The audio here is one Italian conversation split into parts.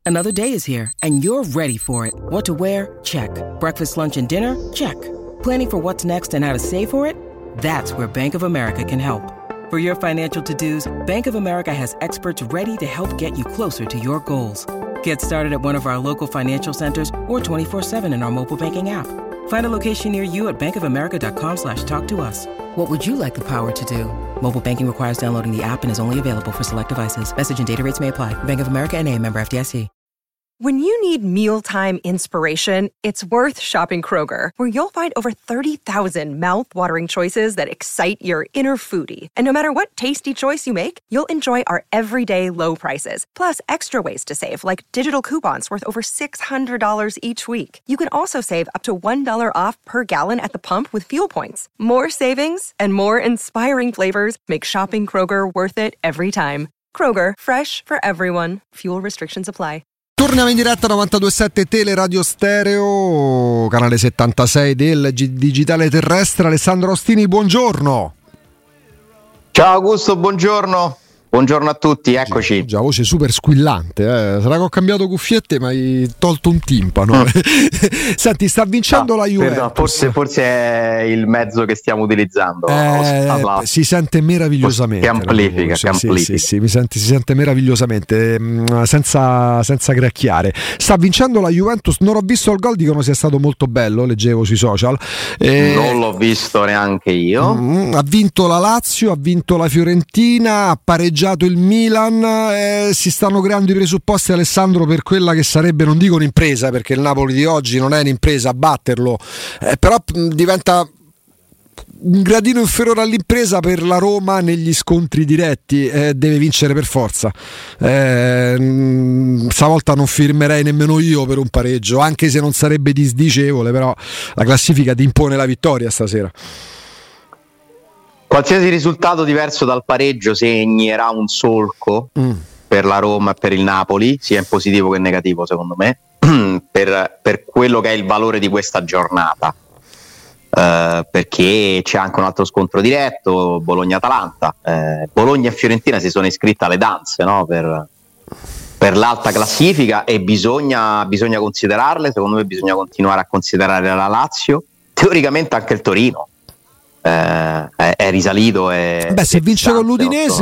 Another day is here, and you're ready for it. What to wear? Check. Breakfast, lunch, and dinner? Check. Planning for what's next and how to save for it? That's where Bank of America can help. For your financial to-dos, Bank of America has experts ready to help get you closer to your goals. Get started at one of our local financial centers or 24/7 in our mobile banking app. Find a location near you at bankofamerica.com/talktous. What would you like the power to do? Mobile banking requires downloading the app and is only available for select devices. Message and data rates may apply. Bank of America N.A., member FDIC. When you need mealtime inspiration, it's worth shopping Kroger, where you'll find over 30,000 mouth-watering choices that excite your inner foodie. And no matter what tasty choice you make, you'll enjoy our everyday low prices, plus extra ways to save, like digital coupons worth over $600 each week. You can also save up to $1 off per gallon at the pump with fuel points. More savings and more inspiring flavors make shopping Kroger worth it every time. Kroger, fresh for everyone. Fuel restrictions apply. Torniamo in diretta 92.7 Teleradio Stereo, canale 76 del digitale terrestre. Alessandro Ostini, buongiorno. Ciao Augusto, buongiorno. Buongiorno a tutti, eccoci. Già, voce super squillante, Sarà che ho cambiato cuffiette ma hai tolto un timpano. Senti, sta vincendo la Juventus. Forse è il mezzo che stiamo utilizzando. Si sente meravigliosamente. Che amplifica. Sì, si sente meravigliosamente, senza gracchiare. Sta vincendo la Juventus. Non ho visto il gol, dicono sia stato molto bello, leggevo sui social. Non l'ho visto neanche io. Ha vinto la Lazio, ha vinto la Fiorentina, ha pareggiato il Milan, si stanno creando i presupposti, Alessandro, per quella che sarebbe, non dico un'impresa perché il Napoli di oggi non è un'impresa batterlo, però diventa un gradino inferiore all'impresa per la Roma negli scontri diretti. Deve vincere per forza. Stavolta non firmerei nemmeno io per un pareggio, anche se non sarebbe disdicevole, però la classifica ti impone la vittoria stasera. Qualsiasi risultato diverso dal pareggio segnerà un solco per la Roma e per il Napoli, sia in positivo che in negativo secondo me, per quello che è il valore di questa giornata, perché c'è anche un altro scontro diretto, Bologna-Atalanta. Bologna e Fiorentina si sono iscritte alle danze, no? per l'alta classifica, e bisogna considerarle. Secondo me bisogna continuare a considerare la Lazio, teoricamente anche il Torino. È risalito se vince con l'Udinese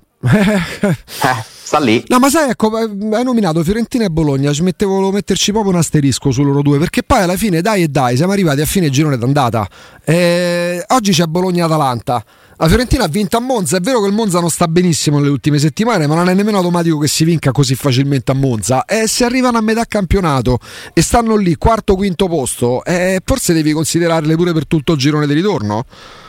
sta lì. No, ma sai, ecco, hai nominato Fiorentina e Bologna, volevo metterci proprio un asterisco su loro due, perché poi alla fine siamo arrivati a fine girone d'andata. Oggi c'è Bologna-Atalanta. La Fiorentina ha vinto a Monza. È vero che il Monza non sta benissimo nelle ultime settimane, ma non è nemmeno automatico che si vinca così facilmente a Monza. Se arrivano a metà campionato e stanno lì, quarto, quinto posto, forse devi considerarle pure per tutto il girone di ritorno?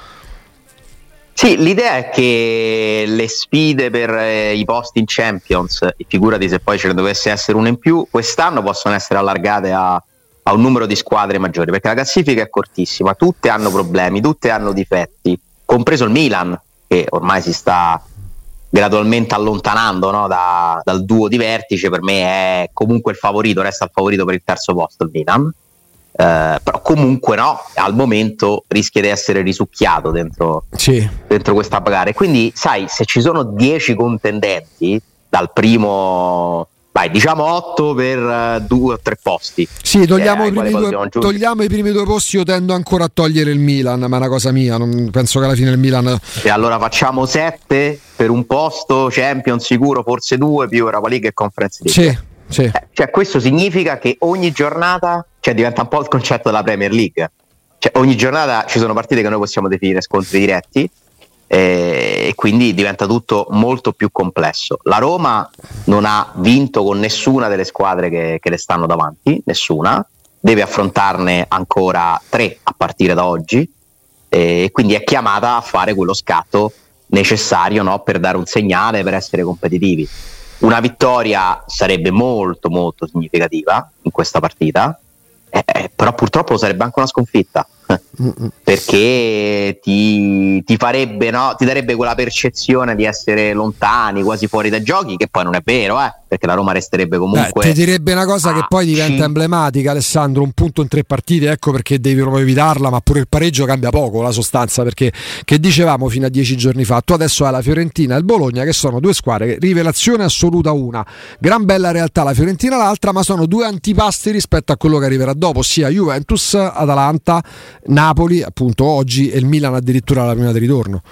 Sì, l'idea è che le sfide per i posti in Champions, figurati se poi ce ne dovesse essere una in più, quest'anno possono essere allargate a un numero di squadre maggiori, perché la classifica è cortissima, tutte hanno problemi, tutte hanno difetti, compreso il Milan, che ormai si sta gradualmente allontanando, no, dal duo di vertice. Per me è comunque il favorito, resta il favorito per il terzo posto il Milan, però comunque no, al momento rischia di essere risucchiato dentro questa bagarre. Quindi sai, se ci sono 10 contendenti dal primo, diciamo 8 per 2 o 3 posti. Sì, togliamo i primi due posti. Io tendo ancora a togliere il Milan, ma è una cosa mia, non penso che alla fine il Milan. E allora facciamo 7 per un posto Champions sicuro, forse 2 più Europa League e Conference League. Sì. Cioè, questo significa che ogni giornata, diventa un po' il concetto della Premier League. Cioè, ogni giornata ci sono partite che noi possiamo definire scontri diretti, e quindi diventa tutto molto più complesso. La Roma non ha vinto con nessuna delle squadre che le stanno davanti, nessuna, deve affrontarne ancora 3 a partire da oggi, e quindi è chiamata a fare quello scatto necessario, no, per dare un segnale, per essere competitivi. Una vittoria sarebbe molto molto significativa in questa partita, però purtroppo sarebbe anche una sconfitta, perché ti farebbe, no, ti darebbe quella percezione di essere lontani, quasi fuori dai giochi, che poi non è vero, perché la Roma resterebbe comunque. Ti direbbe una cosa che poi diventa emblematica, Alessandro, un punto in 3 partite, ecco perché devi proprio evitarla, ma pure il pareggio cambia poco la sostanza, perché che dicevamo fino a 10 giorni fa, tu adesso hai la Fiorentina e il Bologna che sono due squadre, rivelazione assoluta una, gran bella realtà la Fiorentina l'altra, ma sono due antipasti rispetto a quello che arriverà dopo, ossia Juventus, Atalanta, Napoli appunto oggi e il Milan addirittura alla prima di ritorno.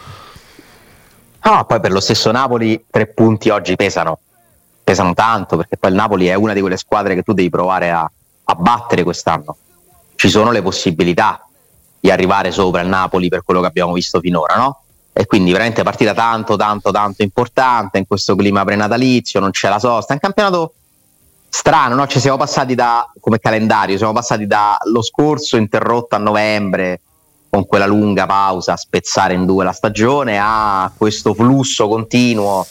Poi per lo stesso Napoli 3 punti oggi pesano tanto, perché poi il Napoli è una di quelle squadre che tu devi provare a battere quest'anno. Ci sono le possibilità di arrivare sopra il Napoli per quello che abbiamo visto finora, no? E quindi veramente partita tanto importante in questo clima prenatalizio, non c'è la sosta, è un campionato strano, no? Ci siamo passati come calendario, siamo passati dallo scorso interrotto a novembre con quella lunga pausa a spezzare in due la stagione a questo flusso continuo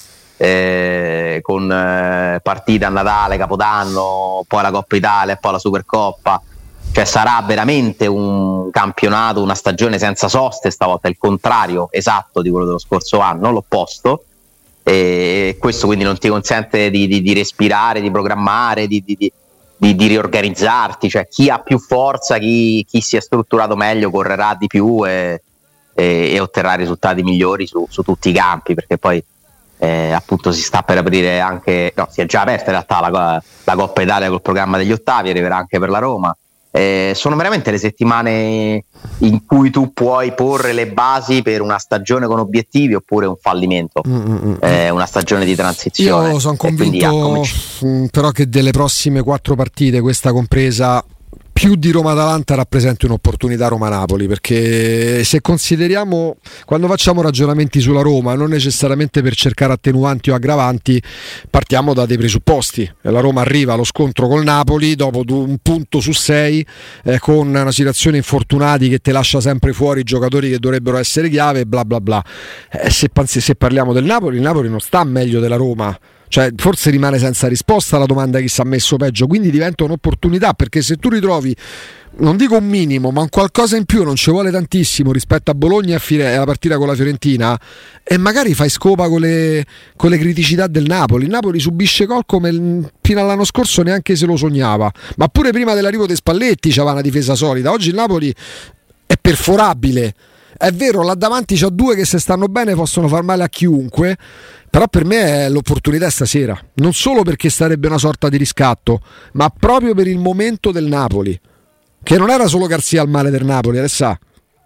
con partite a Natale, Capodanno, poi la Coppa Italia e poi la Supercoppa. Cioè sarà veramente un campionato, una stagione senza soste stavolta, il contrario esatto di quello dello scorso anno, l'opposto, e questo quindi non ti consente di respirare, di programmare, di riorganizzarti. Cioè chi ha più forza, chi si è strutturato meglio correrà di più e otterrà risultati migliori su tutti i campi, perché poi appunto si sta per aprire anche, no, si è già aperta in realtà la Coppa Italia col programma degli ottavi, arriverà anche per la Roma. Sono veramente le settimane in cui tu puoi porre le basi per una stagione con obiettivi oppure un fallimento, una stagione di transizione. Io sono convinto però che delle prossime 4 partite, questa compresa, più di Roma-Atalanta rappresenta un'opportunità Roma-Napoli, perché se consideriamo, quando facciamo ragionamenti sulla Roma, non necessariamente per cercare attenuanti o aggravanti, partiamo da dei presupposti. La Roma arriva allo scontro col Napoli dopo un punto su 6 con una situazione infortunati che te lascia sempre fuori i giocatori che dovrebbero essere chiave, bla bla bla. Se parliamo del Napoli, il Napoli non sta meglio della Roma. Cioè forse rimane senza risposta la domanda chi si è messo peggio, quindi diventa un'opportunità, perché se tu ritrovi, non dico un minimo, ma un qualcosa in più, non ci vuole tantissimo rispetto a Bologna e alla partita con la Fiorentina, e magari fai scopa con le criticità del Napoli. Il Napoli subisce gol come fino all'anno scorso neanche se lo sognava, ma pure prima dell'arrivo dei Spalletti c'aveva una difesa solida. Oggi il Napoli è perforabile. È vero, là davanti c'ho due che se stanno bene possono far male a chiunque, però per me è l'opportunità stasera, non solo perché sarebbe una sorta di riscatto, ma proprio per il momento del Napoli, che non era solo Garzia al male del Napoli, Alessà.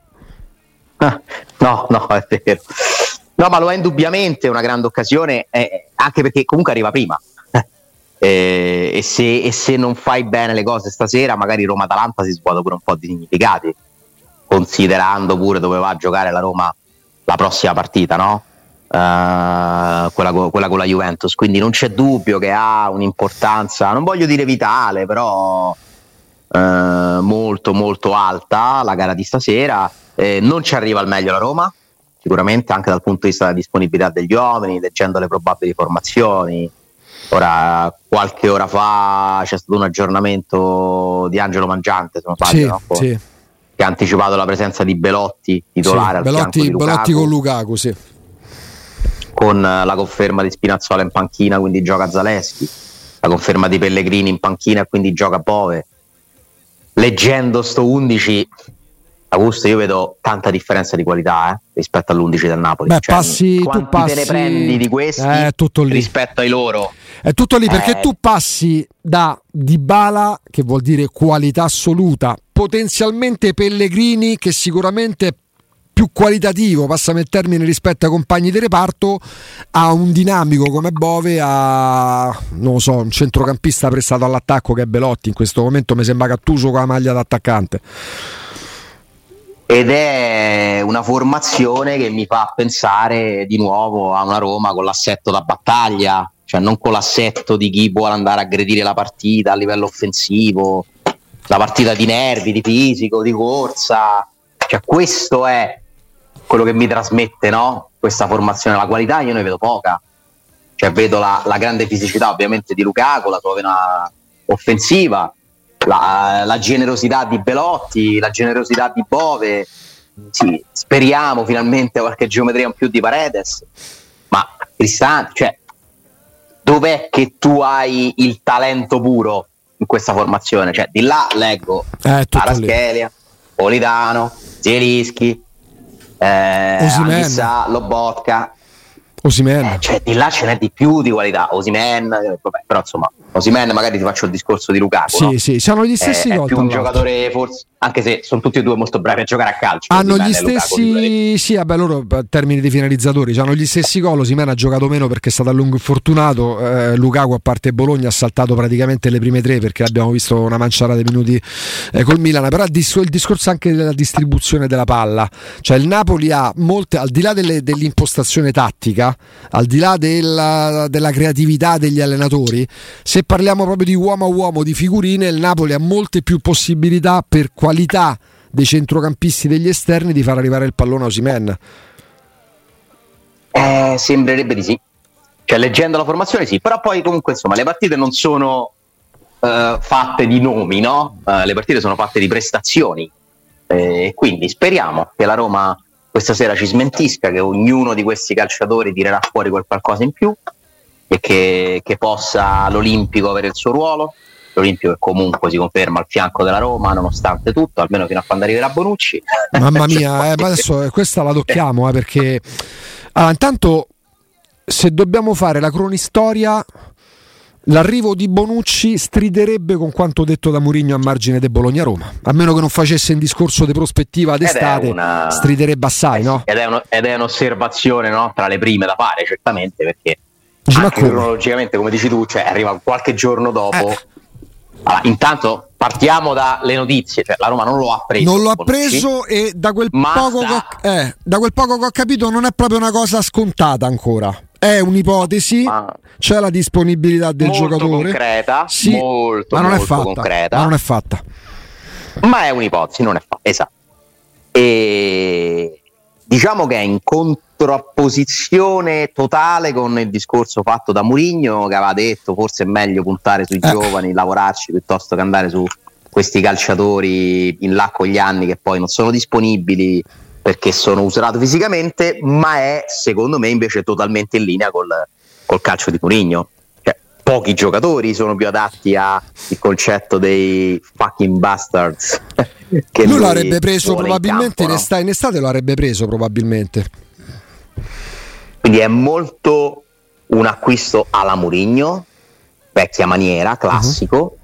No, è vero. No, ma lo è indubbiamente una grande occasione, anche perché comunque arriva prima. E se non fai bene le cose stasera, magari Roma-Atalanta si svuota pure un po' di significati, considerando pure dove va a giocare la Roma la prossima partita, no? Quella con la Juventus, quindi non c'è dubbio che ha un'importanza, non voglio dire vitale, però molto molto alta la gara di stasera. Non ci arriva al meglio la Roma, sicuramente anche dal punto di vista della disponibilità degli uomini, leggendo le probabili formazioni. Ora, qualche ora fa c'è stato un aggiornamento di Angelo Mangiante, se non sbaglio, sì, no? sì, che ha anticipato la presenza di Belotti titolare, sì, al fianco di Lukaku, Belotti con Lukaku, sì, con la conferma di Spinazzola in panchina, quindi gioca Zaleschi, la conferma di Pellegrini in panchina e quindi gioca Bove. Leggendo sto 11, Augusto, io vedo tanta differenza di qualità rispetto all'11 del Napoli. Beh, cioè, tu passi, te ne prendi di questi rispetto ai loro? È tutto lì, perché tu passi da Dybala, che vuol dire qualità assoluta, potenzialmente Pellegrini, che sicuramente è più qualitativo, passami il termine, rispetto ai compagni di reparto, a un dinamico come Bove, a non lo so, un centrocampista prestato all'attacco che è Belotti. In questo momento mi sembra Gattuso con la maglia d'attaccante. Ed è una formazione che mi fa pensare di nuovo a una Roma con l'assetto da battaglia, cioè non con l'assetto di chi vuole andare a aggredire la partita a livello offensivo, la partita di nervi, di fisico, di corsa. Cioè questo è quello che mi trasmette, no? Questa formazione. La qualità io ne vedo poca, cioè vedo la grande fisicità ovviamente di Lukaku, la sua vena offensiva, la generosità di Belotti, la generosità di Bove. Sì, speriamo finalmente qualche geometria in più di Paredes, ma Cristante, cioè dov'è che tu hai il talento puro in questa formazione? Cioè, di là leggo Kvaratskhelia, Politano, Zielinski, Anguissa, Lobotka. Osimhen. Cioè, di là ce n'è di più di qualità. Osimhen, vabbè, però insomma, Osimhen magari ti faccio il discorso di Lukaku. Sì, no? Sì, sono gli stessi gol. È più un giocatore, forse, anche se sono tutti e due molto bravi a giocare a calcio. Hanno gli stessi, sì, vabbè, loro termini di finalizzatori, hanno gli stessi gol. Osimhen ha giocato meno perché è stato a lungo infortunato. Lukaku, a parte Bologna, ha saltato praticamente le prime 3 perché abbiamo visto una manciata di minuti col Milan. Però il discorso anche della distribuzione della palla, cioè il Napoli ha molte, al di là dell'impostazione tattica, al di là della creatività degli allenatori, se parliamo proprio di uomo a uomo, di figurine, il Napoli ha molte più possibilità per qualità dei centrocampisti, degli esterni, di far arrivare il pallone a Osimhen. Sembrerebbe di sì, cioè leggendo la formazione sì, però poi comunque insomma le partite non sono fatte di nomi, no? Le partite sono fatte di prestazioni, quindi speriamo che la Roma questa sera ci smentisca, che ognuno di questi calciatori tirerà fuori qualcosa in più e che possa l'Olimpico avere il suo ruolo. L'Olimpico che comunque si conferma al fianco della Roma nonostante tutto, almeno fino a quando arriverà Bonucci. Mamma mia, ma adesso questa la tocchiamo, perché intanto, se dobbiamo fare la cronistoria, l'arrivo di Bonucci striderebbe con quanto detto da Mourinho a margine de Bologna-Roma, a meno che non facesse un discorso di prospettiva d'estate, striderebbe assai, no? Ed è un'osservazione, no? Tra le prime da fare, certamente, perché cronologicamente, come dici tu, cioè arriva qualche giorno dopo. Allora, intanto partiamo dalle notizie, cioè la Roma non lo ha preso. Non lo ha preso, e da quel poco che ho capito non è proprio una cosa scontata ancora. È un'ipotesi, c'è la disponibilità del giocatore. Concreta, sì, molto, ma non molto è fatta, concreta. Ma non è fatta. Ma è un'ipotesi, non è fatta, esatto. E diciamo che è in contrapposizione totale con il discorso fatto da Mourinho, che aveva detto forse è meglio puntare sui giovani, lavorarci piuttosto che andare su questi calciatori in là con gli anni che poi non sono disponibili perché sono usurati fisicamente, ma è secondo me invece totalmente in linea col calcio di Mourinho. Cioè, pochi giocatori sono più adatti al concetto dei fucking bastards che lui l'avrebbe preso probabilmente in campo, in estate lo avrebbe preso probabilmente. Quindi è molto un acquisto alla Mourinho, vecchia maniera, classico.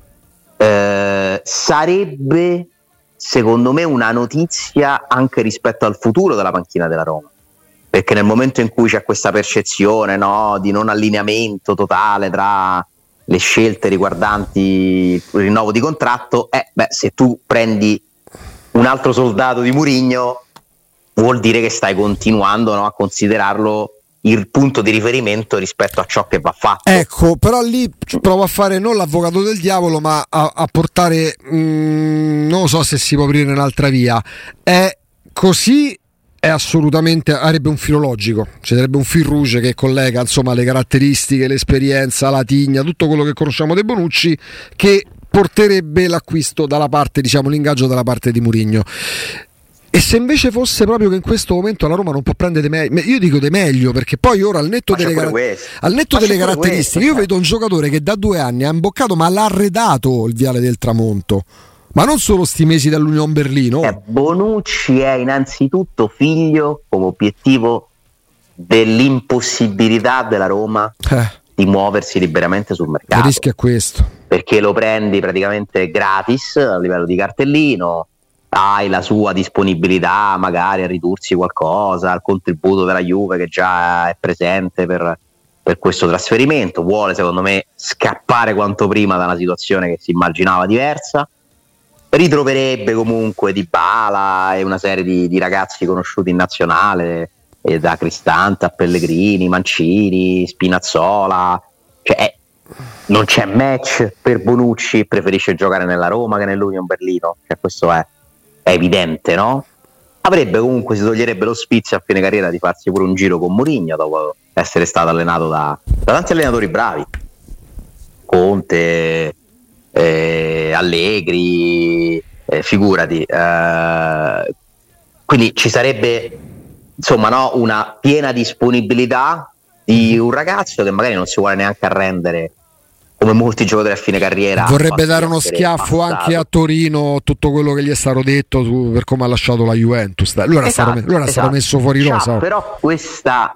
Sarebbe secondo me una notizia anche rispetto al futuro della panchina della Roma, perché nel momento in cui c'è questa percezione, no, di non allineamento totale tra le scelte riguardanti il rinnovo di contratto, se tu prendi un altro soldato di Mourinho vuol dire che stai continuando, no, a considerarlo il punto di riferimento rispetto a ciò che va fatto. Ecco, però lì provo a fare non l'avvocato del diavolo, ma a portare non lo so se si può aprire un'altra via. È così, è assolutamente, avrebbe un filo logico, ci sarebbe un fil rouge che collega insomma le caratteristiche, l'esperienza, la tigna, tutto quello che conosciamo dei Bonucci, che porterebbe l'acquisto dalla parte, diciamo, l'ingaggio dalla parte di Mourinho. E se invece fosse proprio che in questo momento la Roma non può prendere meglio, io dico di meglio, perché poi ora al netto delle caratteristiche, io vedo un giocatore che da 2 anni ha imboccato, ma l'ha arredato il Viale del Tramonto, ma non solo sti mesi dall'Union Berlino. Bonucci è innanzitutto figlio, come obiettivo, dell'impossibilità della Roma di muoversi liberamente sul mercato. Il rischio è questo, perché lo prendi praticamente gratis a livello di cartellino, hai la sua disponibilità magari a ridursi qualcosa, al contributo della Juve che già è presente per questo trasferimento, vuole secondo me scappare quanto prima da una situazione che si immaginava diversa, ritroverebbe comunque Dybala e una serie di ragazzi conosciuti in nazionale, da Cristante a Pellegrini, Mancini, Spinazzola, cioè non c'è match per Bonucci, preferisce giocare nella Roma che nell'Union Berlino, cioè questo è evidente, no? Avrebbe comunque, si toglierebbe lo spizio a fine carriera di farsi pure un giro con Mourinho dopo essere stato allenato da tanti allenatori bravi, Conte, Allegri, figurati, quindi ci sarebbe insomma, no, una piena disponibilità di un ragazzo che magari non si vuole neanche arrendere come molti giocatori a fine carriera. Vorrebbe dare uno schiaffo passato anche a Torino, tutto quello che gli è stato detto per come ha lasciato la Juventus. Lui era stato messo fuori rosa. Però questa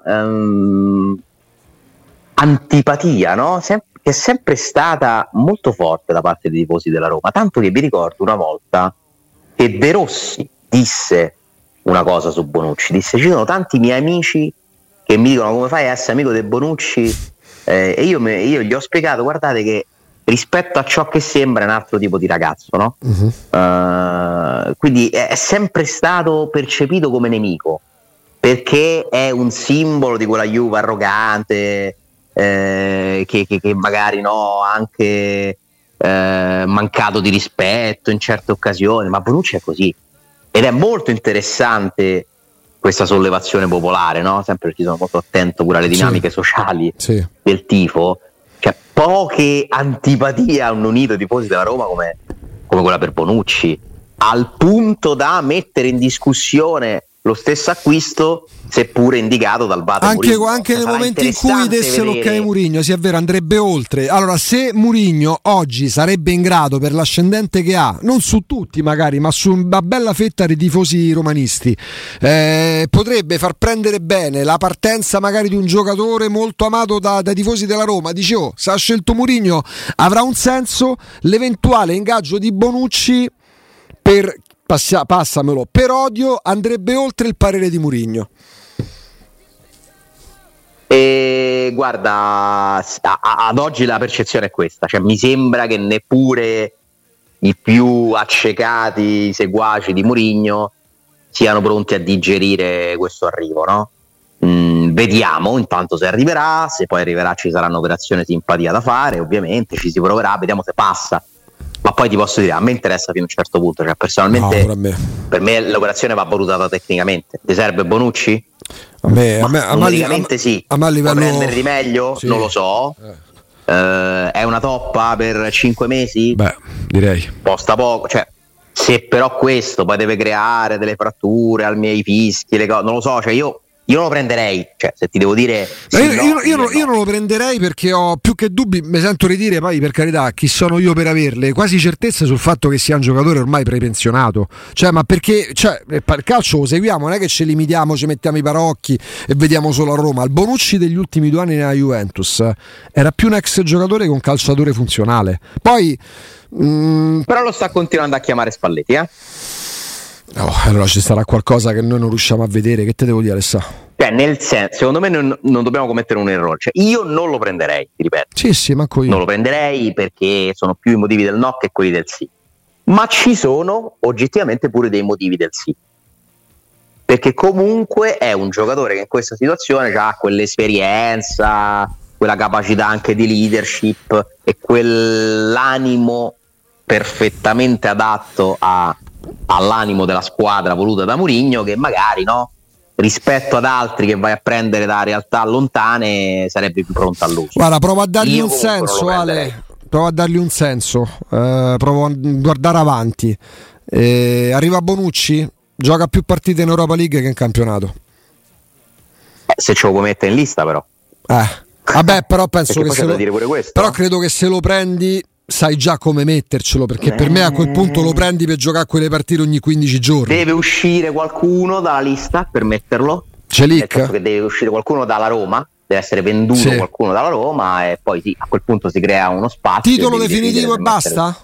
antipatia, no? Che è sempre stata molto forte da parte dei tifosi della Roma, tanto che vi ricordo una volta che De Rossi disse una cosa su Bonucci, disse: ci sono tanti miei amici che mi dicono come fai a essere amico di Bonucci, e io gli ho spiegato, guardate che rispetto a ciò che sembra è un altro tipo di ragazzo, no? Quindi è sempre stato percepito come nemico, perché è un simbolo di quella Juve arrogante, che magari anche mancato di rispetto in certe occasioni, ma Bonucci è così, ed è molto interessante questa sollevazione popolare, no? Sempre perché sono molto attento pure alle dinamiche sociali del tifo, cioè poche antipatie hanno unito i tifosi della Roma come quella per Bonucci, al punto da mettere in discussione lo stesso acquisto, seppure indicato dal Bate Mourinho. Anche nel momento in cui desse l'ok Mourinho, sì, è vero, andrebbe oltre. Allora, se Mourinho oggi sarebbe in grado, per l'ascendente che ha, non su tutti magari, ma su una bella fetta di tifosi romanisti, potrebbe far prendere bene la partenza magari di un giocatore molto amato dai tifosi della Roma. Dice: oh, se ha scelto Mourinho avrà un senso l'eventuale ingaggio di Bonucci per... passamelo, per odio andrebbe oltre il parere di Mourinho. E guarda, ad oggi la percezione è questa, cioè mi sembra che neppure i più accecati seguaci di Mourinho siano pronti a digerire questo arrivo, no? Vediamo intanto se arriverà, se poi arriverà ci sarà un'operazione simpatia da fare, ovviamente ci si proverà, vediamo se passa. Ma poi ti posso dire, a me interessa fino a un certo punto, cioè personalmente per me l'operazione va valutata tecnicamente. Ti serve Bonucci? A me sì. A me a livello... Può prendere di meglio? Sì. Non lo so. È una toppa per 5 mesi? Beh, direi. Costa poco, cioè se però questo poi deve creare delle fratture al miei fischi, le cose, non lo so, cioè io non lo prenderei, cioè se ti devo dire io non lo prenderei, perché ho più che dubbi, mi sento ridire, poi per carità, chi sono io per averle, quasi certezze sul fatto che sia un giocatore ormai prepensionato, cioè ma perché il calcio lo seguiamo, non è che ci limitiamo, ci mettiamo i parocchi e vediamo solo a Roma. Il Bonucci degli ultimi 2 anni nella Juventus era più un ex giocatore che un calciatore funzionale, poi però lo sta continuando a chiamare Spalletti, allora ci sarà qualcosa che noi non riusciamo a vedere, che te devo dire, Alessà? Cioè, nel senso, secondo me non dobbiamo commettere un errore, cioè io non lo prenderei, ti ripeto. Sì, manco io. Non lo prenderei perché sono più i motivi del no che quelli del sì. Ma ci sono oggettivamente pure dei motivi del sì. Perché comunque è un giocatore che in questa situazione ha quell'esperienza, quella capacità anche di leadership e quell'animo perfettamente adatto all'animo della squadra voluta da Mourinho, che magari rispetto ad altri che vai a prendere da realtà lontane sarebbe più pronto all'uso. Guarda, provo a dargli un senso, Ale, provo a guardare avanti. Arriva Bonucci, gioca più partite in Europa League che in campionato. Se ce lo puoi mettere in lista, però vabbè, però penso che se lo dire pure questo, però credo che se lo prendi sai già come mettercelo, perché per me a quel punto lo prendi per giocare quelle partite ogni 15 giorni. Deve uscire qualcuno dalla lista per metterlo. Celic? Che deve uscire qualcuno dalla Roma, deve essere venduto qualcuno dalla Roma, e poi a quel punto si crea uno spazio. Titolo definitivo e basta?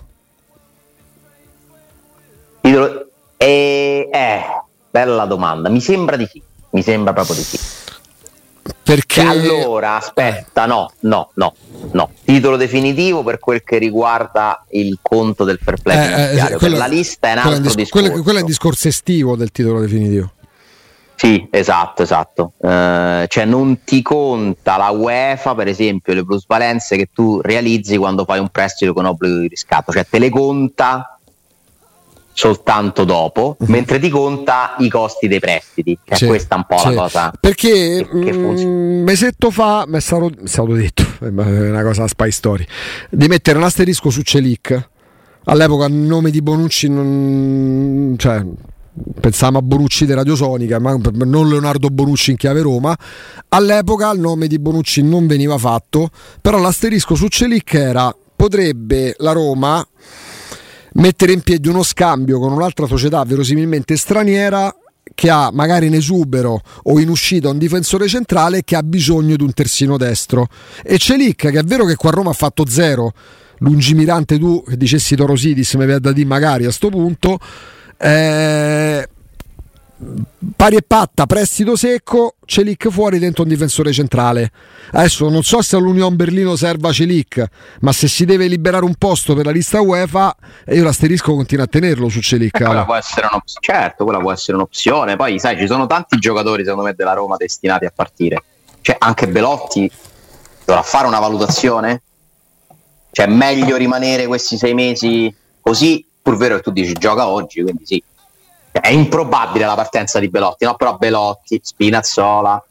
Titolo bella domanda, mi sembra di sì, mi sembra proprio di sì. Perché allora aspetta, no, titolo definitivo per quel che riguarda il conto del fair play finanziario, per la lista è un altro discorso. Quello è il discorso estivo del titolo definitivo. Sì, esatto. Cioè non ti conta la UEFA, per esempio, le plusvalenze che tu realizzi quando fai un prestito con obbligo di riscatto, cioè te le conta soltanto dopo, mentre ti conta i costi dei prestiti. Questa è un po' la cosa. Perché un mesetto fa mi è stato detto, è una cosa spy story, di mettere un asterisco su Celic. All'epoca il nome di Bonucci pensavamo a Bonucci di Radiosonica, ma non Leonardo Bonucci in chiave Roma. All'epoca il nome di Bonucci non veniva fatto, però l'asterisco su Celic era: potrebbe la Roma mettere in piedi uno scambio con un'altra società verosimilmente straniera che ha magari in esubero o in uscita un difensore centrale che ha bisogno di un terzino destro. E Celic, che è vero che qua a Roma ha fatto 0, lungimirante tu che dicessi Torosidis, mi viene da dire magari a sto punto, pari e patta, prestito secco, Celic fuori, dentro un difensore centrale. Adesso non so se all'Union Berlino serva Celic, ma se si deve liberare un posto per la lista UEFA, io l'asterisco continua a tenerlo su Celic. Quella può essere certo, quella può essere un'opzione. Poi sai, ci sono tanti giocatori secondo me della Roma destinati a partire, cioè anche Belotti dovrà fare una valutazione, cioè meglio rimanere questi 6 mesi così, pur vero che tu dici gioca oggi, quindi sì, è improbabile la partenza di Belotti, no? Però Belotti, Spinazzola,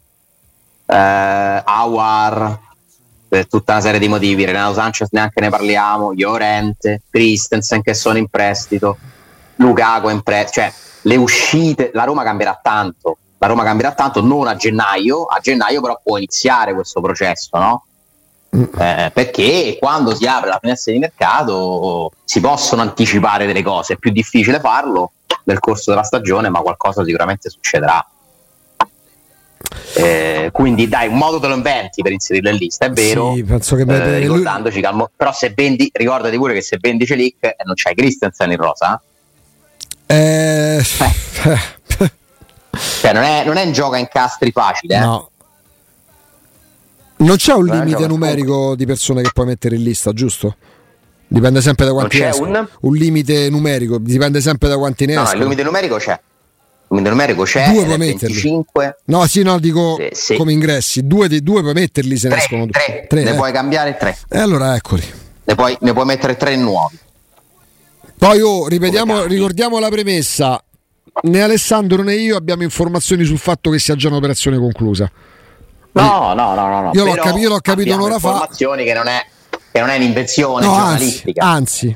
Aouar, per tutta una serie di motivi, Renato Sanchez neanche ne parliamo, Llorente, Christensen che sono in prestito, Lukaku in prestito, cioè le uscite, la Roma cambierà tanto, non a gennaio però può iniziare questo processo, no? Perché quando si apre la finestra di mercato si possono anticipare delle cose, è più difficile farlo nel corso della stagione, ma qualcosa sicuramente succederà. Quindi dai, un modo te lo inventi per inserirlo in lista, è vero, sì, penso che ricordandoci però se vendi, ricordati pure che se vendi Celic non c'hai Christensen in rosa, cioè non è un gioco a incastri facile, no. Non c'è un limite numerico di persone che puoi mettere in lista, giusto? Dipende sempre da quanti escono. Un limite numerico, dipende sempre da quanti ne escono. No, il limite numerico c'è. 2 puoi metterli. 25. No, sì, no, dico sì. Come ingressi. 2 puoi metterli se 3, ne escono 3. Ne puoi cambiare 3. E allora eccoli. Ne puoi mettere 3 nuovi. Poi ricordiamo la premessa. Né Alessandro né io abbiamo informazioni sul fatto che sia già un'operazione conclusa. No. Io l'ho capito un'ora fa. Informazioni che non è un'invenzione giornalistica. Anzi.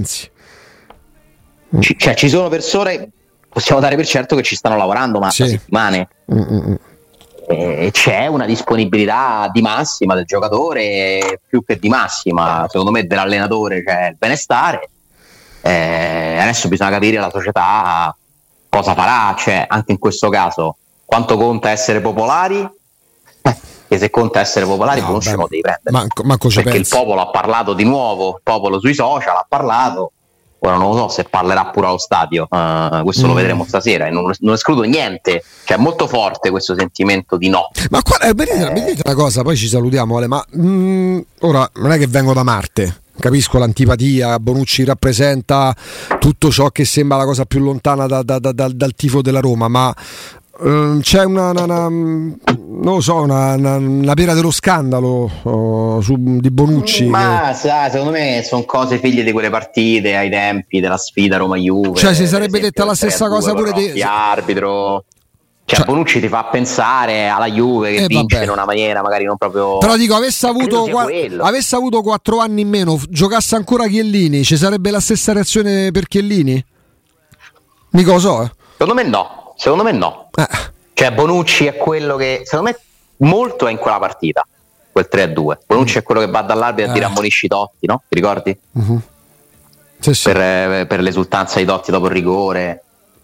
Cioè, ci sono persone, possiamo dare per certo che ci stanno lavorando da settimane. E c'è una disponibilità di massima del giocatore, più che di massima, secondo me, dell'allenatore, cioè il benestare. Adesso bisogna capire la società cosa farà, cioè anche in questo caso quanto conta essere popolari. Che se conta essere popolari non ce lo devi prendere, manco perché pensi. Il popolo ha parlato di nuovo, il popolo sui social ha parlato, ora non lo so se parlerà pure allo stadio, questo lo vedremo stasera, e non escludo niente, cioè è molto forte questo sentimento di no. Ma qua mi dite una cosa, poi ci salutiamo Ale, ma ora non è che vengo da Marte, capisco l'antipatia, Bonucci rappresenta tutto ciò che sembra la cosa più lontana dal tifo della Roma, ma c'è una pera dello scandalo di Bonucci, ma sai, secondo me sono cose figlie di quelle partite ai tempi della sfida Roma-Juve, cioè si sarebbe detta la stessa cosa pure di arbitro, cioè Bonucci ti fa pensare alla Juve che vince in una maniera magari non proprio, però dico avesse avuto 4 anni in meno, giocasse ancora Chiellini, ci sarebbe la stessa reazione per Chiellini? Mica lo so, Secondo me no. Cioè Bonucci è quello che secondo me molto è in quella partita, quel 3-2. Bonucci è quello che va dall'arbitro a dire ammonisci Totti, no? Ti ricordi? Sì. Per l'esultanza di Totti dopo il rigore,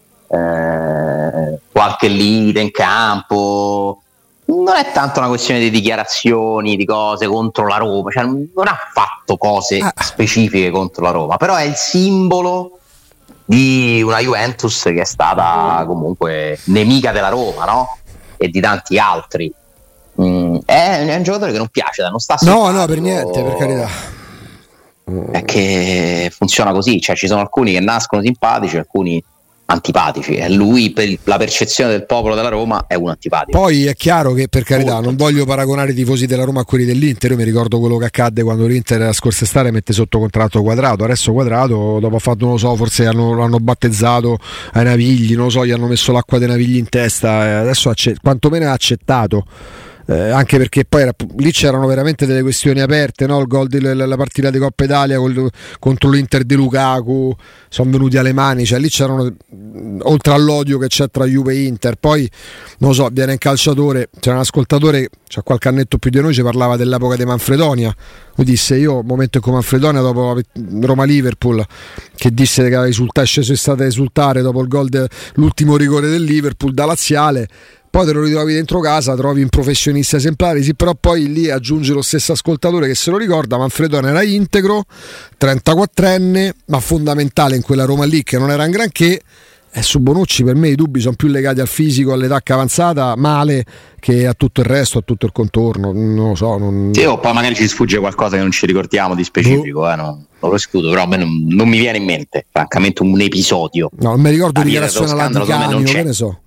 qualche lite in campo. Non è tanto una questione di dichiarazioni, di cose contro la Roma, cioè non ha fatto cose specifiche contro la Roma, però è il simbolo di una Juventus che è stata comunque nemica della Roma, no? E di tanti altri. È un giocatore che non piace, non sta no, per niente, per carità. È che funziona così, cioè ci sono alcuni che nascono simpatici, alcuni antipatici, e lui, per la percezione del popolo della Roma, è un antipatico. Poi è chiaro che, per carità, non voglio paragonare i tifosi della Roma a quelli dell'Inter. Io mi ricordo quello che accadde quando l'Inter la scorsa estate mette sotto contratto Quadrato. Adesso Quadrato, dopo ha fatto, non lo so, forse l'hanno battezzato ai Navigli, non lo so, gli hanno messo l'acqua dei Navigli in testa, adesso quantomeno è accettato. anche perché poi lì c'erano veramente delle questioni aperte, no? Il gol della partita di Coppa Italia contro l'Inter di Lukaku sono venuti alle mani, cioè lì c'erano, oltre all'odio che c'è tra Juve e Inter, poi non lo so, viene un calciatore, c'era un ascoltatore, c'ha qualche annetto più di noi, ci parlava dell'epoca di Manfredonia, lui disse, io un momento come Manfredonia dopo Roma-Liverpool, che disse che è sceso in strada a esultare dopo il gol l'ultimo rigore del Liverpool da laziale, poi te lo ritrovi dentro casa, trovi un professionista esemplare, sì, però poi lì aggiunge lo stesso ascoltatore che se lo ricorda, Manfredone era integro, 34enne, ma fondamentale in quella Roma lì che non era un granché, e su Bonucci per me i dubbi sono più legati al fisico, all'età avanzata, male, che a tutto il resto, a tutto il contorno, non lo so. Sì, o poi magari ci sfugge qualcosa che non ci ricordiamo di specifico, non lo escludo, però a me non mi viene in mente, francamente, un episodio. No, non mi ricordo dichiarazione alla Di Canio, che ne so,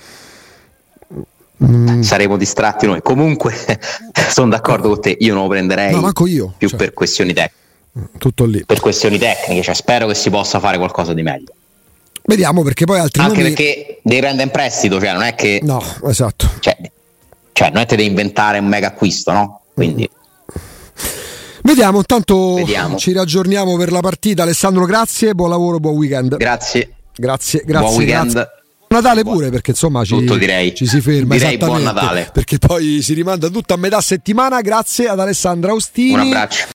saremo distratti noi. Comunque sono d'accordo con te, io non lo prenderei, no, manco io, più per questioni tecniche. Tutto lì. Per questioni tecniche, cioè spero che si possa fare qualcosa di meglio. Vediamo, perché poi altri anche nomi... perché devi prendere in prestito, cioè non è che no, esatto, cioè non è che devi inventare un mega acquisto, no? Quindi vediamo, intanto ci raggiorniamo per la partita. Alessandro, grazie, buon lavoro, buon weekend. Grazie buon weekend. Grazie. Natale pure, perché insomma ci si ferma, direi buon Natale, perché poi si rimanda tutto a metà settimana. Grazie ad Alessandro Austini, un abbraccio.